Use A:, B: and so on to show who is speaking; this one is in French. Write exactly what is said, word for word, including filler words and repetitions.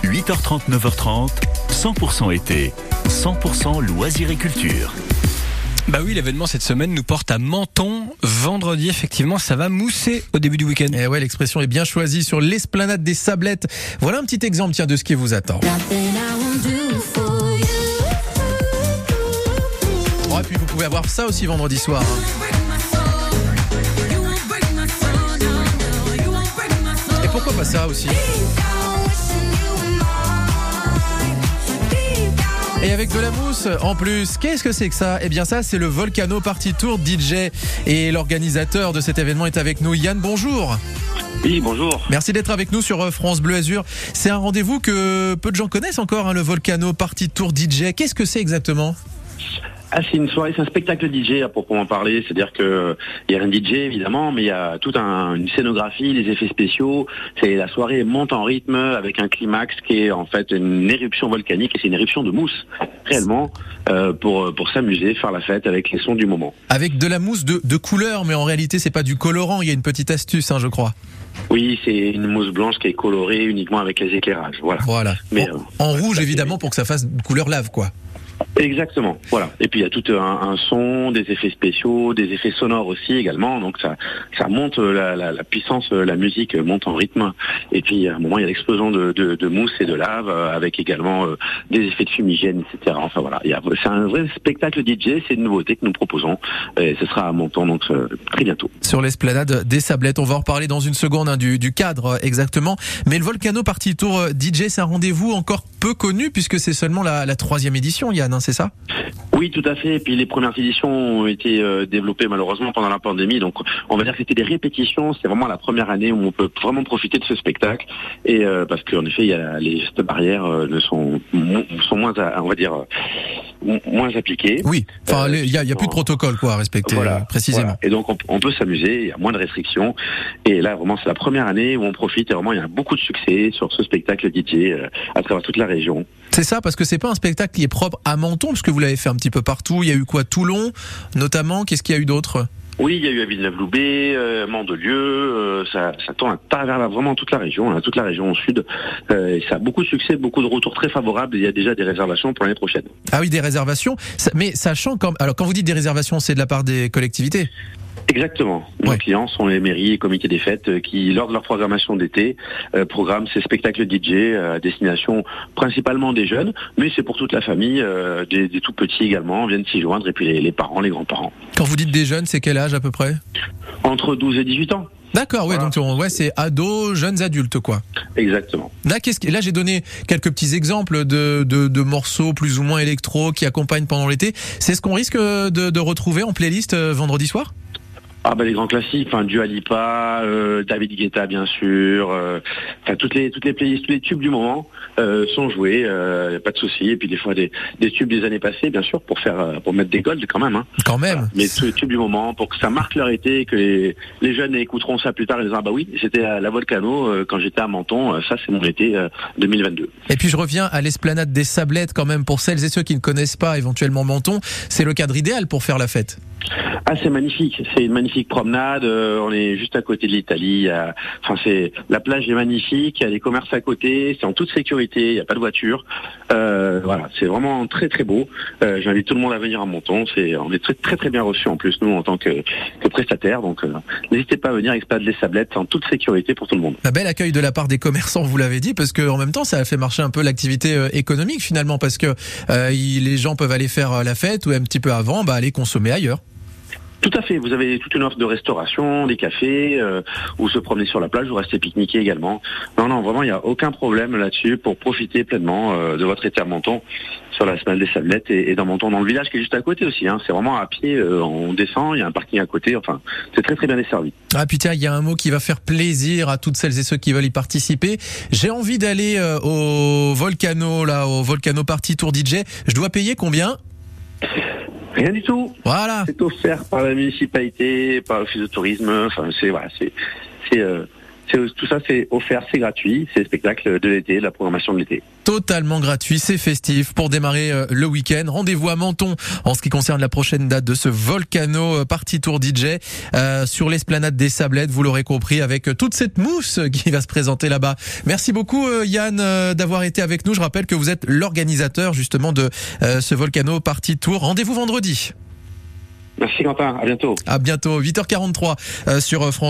A: huit heures trente, neuf heures trente, cent pour cent été, cent pour cent loisirs et culture.
B: Bah oui, l'événement cette semaine nous porte à Menton. Vendredi, effectivement, ça va mousser au début du week-end.
C: Et ouais, l'expression est bien choisie sur l'esplanade des Sablettes. Voilà un petit exemple, tiens, de ce qui vous attend. Oh, et puis vous pouvez avoir ça aussi vendredi soir. Hein. Et pourquoi pas ça aussi ? Et avec de la mousse en plus. Qu'est-ce que c'est que ça ? Eh bien ça, c'est le Volcano Party Tour D J. Et l'organisateur de cet événement est avec nous. Yann, bonjour.
D: Oui, bonjour.
C: Merci d'être avec nous sur France Bleu Azur. C'est un rendez-vous que peu de gens connaissent encore, hein, le Volcano Party Tour D J. Qu'est-ce que c'est exactement ?
D: Ah, c'est une soirée, c'est un spectacle D J à proprement parler, c'est-à-dire que il y a un D J évidemment, mais il y a toute un, une scénographie, des effets spéciaux. C'est la soirée monte en rythme avec un climax qui est en fait une éruption volcanique et c'est une éruption de mousse réellement euh, pour pour s'amuser, faire la fête avec les sons du moment.
C: Avec de la mousse de, de couleur, mais en réalité c'est pas du colorant. Il y a une petite astuce, hein, je crois.
D: Oui, c'est une mousse blanche qui est colorée uniquement avec les éclairages. Voilà.
C: Voilà.
D: Mais,
C: en,
D: euh,
C: en rouge évidemment pour que ça fasse une couleur lave, quoi.
D: Exactement, voilà. Et puis il y a tout un, un son, des effets spéciaux, des effets sonores aussi également. Donc ça, ça monte la, la, la puissance, la musique monte en rythme. Et puis à un moment il y a l'explosion de, de, de mousse et de lave avec également euh, des effets de fumigène, et cetera. Enfin voilà, il y a, c'est un vrai spectacle D J. C'est une nouveauté que nous proposons. Et ce sera à Menton donc euh, très bientôt.
C: Sur l'esplanade des Sablettes, on va en reparler dans une seconde hein, du, du cadre exactement. Mais le Volcano Party Tour D J, c'est un rendez-vous encore peu connu puisque c'est seulement la, la troisième édition, Yann, hein, c'est ça ?
D: Oui, tout à fait. Et puis les premières éditions ont été euh, développées malheureusement pendant la pandémie. Donc on va dire que c'était des répétitions. C'est vraiment la première année où on peut vraiment profiter de ce spectacle. Et euh, parce qu'en effet, il y a les gestes barrières euh, ne sont sont moins, à, on va dire, euh, moins appliqués.
C: Oui. Enfin, il
D: euh,
C: y a, y a plus de protocole quoi à respecter
D: voilà,
C: euh, précisément.
D: Voilà. Et donc on, on peut s'amuser. Il y a moins de restrictions. Et là vraiment, c'est la première année où on profite. Et vraiment, il y a beaucoup de succès sur ce spectacle D J euh, à travers toute la région.
C: C'est ça, parce que c'est pas un spectacle qui est propre à Menton, parce que vous l'avez fait un petit peu partout. Il y a eu quoi, Toulon, notamment. Qu'est-ce qu'il y a eu d'autre ?
D: Oui, il y a eu à Villeneuve-Loubet, euh, Mandelieu, euh, ça, ça tourne à travers vraiment toute la région, hein, toute la région au sud. Euh, et ça a beaucoup de succès, beaucoup de retours très favorables. Il y a déjà des réservations pour l'année prochaine.
C: Ah oui, des réservations. Ça, mais sachant quand, alors quand vous dites des réservations, c'est de la part des collectivités ?
D: Exactement. Nos
C: ouais.
D: clients sont les mairies et comités des fêtes qui, lors de leur programmation d'été, euh, programment ces spectacles D J à destination principalement des jeunes, mais c'est pour toute la famille, euh, des, des tout petits également viennent s'y joindre, et puis les, les parents, les grands-parents.
C: Quand vous dites des jeunes, c'est quel âge à peu près ?
D: Entre douze et dix-huit ans.
C: D'accord, ouais,
D: voilà.
C: donc ouais, c'est ados, jeunes adultes, quoi.
D: Exactement.
C: Là, qu'est-ce que, là, j'ai donné quelques petits exemples de, de, de morceaux plus ou moins électro qui accompagnent pendant l'été. C'est ce qu'on risque de, de retrouver en playlist euh, vendredi soir ?
D: Ah bah les grands classiques, enfin Dua Lipa, euh, David Guetta bien sûr, euh, enfin toutes les toutes les playlists, tous les tubes du moment euh, sont joués, euh, y a pas de souci. Et puis des fois des, des tubes des années passées bien sûr pour faire pour mettre des golds quand même. Hein.
C: Quand même.
D: Voilà. Mais tous les tubes du moment pour que ça marque leur été, que les, les jeunes écouteront ça plus tard et disant ah bah oui c'était à la Volcano euh, quand j'étais à Menton, euh, ça c'est mon été euh, deux mille vingt-deux.
C: Et puis je reviens à l'esplanade des Sablettes quand même pour celles et ceux qui ne connaissent pas éventuellement Menton, c'est le cadre idéal pour faire la fête.
D: Ah c'est magnifique, c'est une magnifique promenade, euh, on est juste à côté de l'Italie, euh, enfin c'est la plage est magnifique, il y a des commerces à côté, c'est en toute sécurité, il n'y a pas de voiture, euh, voilà, c'est vraiment très très beau. Euh, j'invite tout le monde à venir à Menton, c'est on est très très très bien reçus en plus nous en tant que, que prestataires, donc euh, n'hésitez pas à venir Esplanade des Sablettes en toute sécurité pour tout le monde.
C: Un bel accueil de la part des commerçants, vous l'avez dit, parce que en même temps ça a fait marcher un peu l'activité euh, économique finalement, parce que euh, il, les gens peuvent aller faire euh, la fête ou un petit peu avant, bah aller consommer ailleurs.
D: Tout à fait, vous avez toute une offre de restauration, des cafés, euh, ou se promener sur la plage, vous restez pique-niquer également. Non, non, vraiment, il n'y a aucun problème là-dessus pour profiter pleinement euh, de votre été à Menton, sur la semaine des Sablettes et, et dans Menton, dans le village qui est juste à côté aussi. Hein. C'est vraiment à pied, euh, on descend, il y a un parking à côté, enfin, c'est très très bien desservi.
C: Ah putain, il y a un mot qui va faire plaisir à toutes celles et ceux qui veulent y participer. J'ai envie d'aller euh, au Volcano, là, au Volcano Party Tour D J. Je dois payer combien ?
D: Rien du tout.
C: Voilà.
D: C'est offert par la municipalité, par l'office de tourisme. Enfin, c'est voilà, c'est c'est euh, c'est, tout ça c'est offert, c'est gratuit, c'est le spectacle de l'été, de la programmation de l'été.
C: Totalement gratuit, c'est festif pour démarrer euh, le week-end. Rendez-vous à Menton en ce qui concerne la prochaine date de ce Volcano Party Tour D J euh, sur l'esplanade des Sablettes, vous l'aurez compris, avec toute cette mousse qui va se présenter là-bas. Merci beaucoup euh, Yann euh, d'avoir été avec nous. Je rappelle que vous êtes l'organisateur justement de euh, ce Volcano Party Tour. Rendez-vous vendredi.
D: Merci Quentin, à bientôt.
C: À bientôt, huit heures quarante-trois euh, sur France.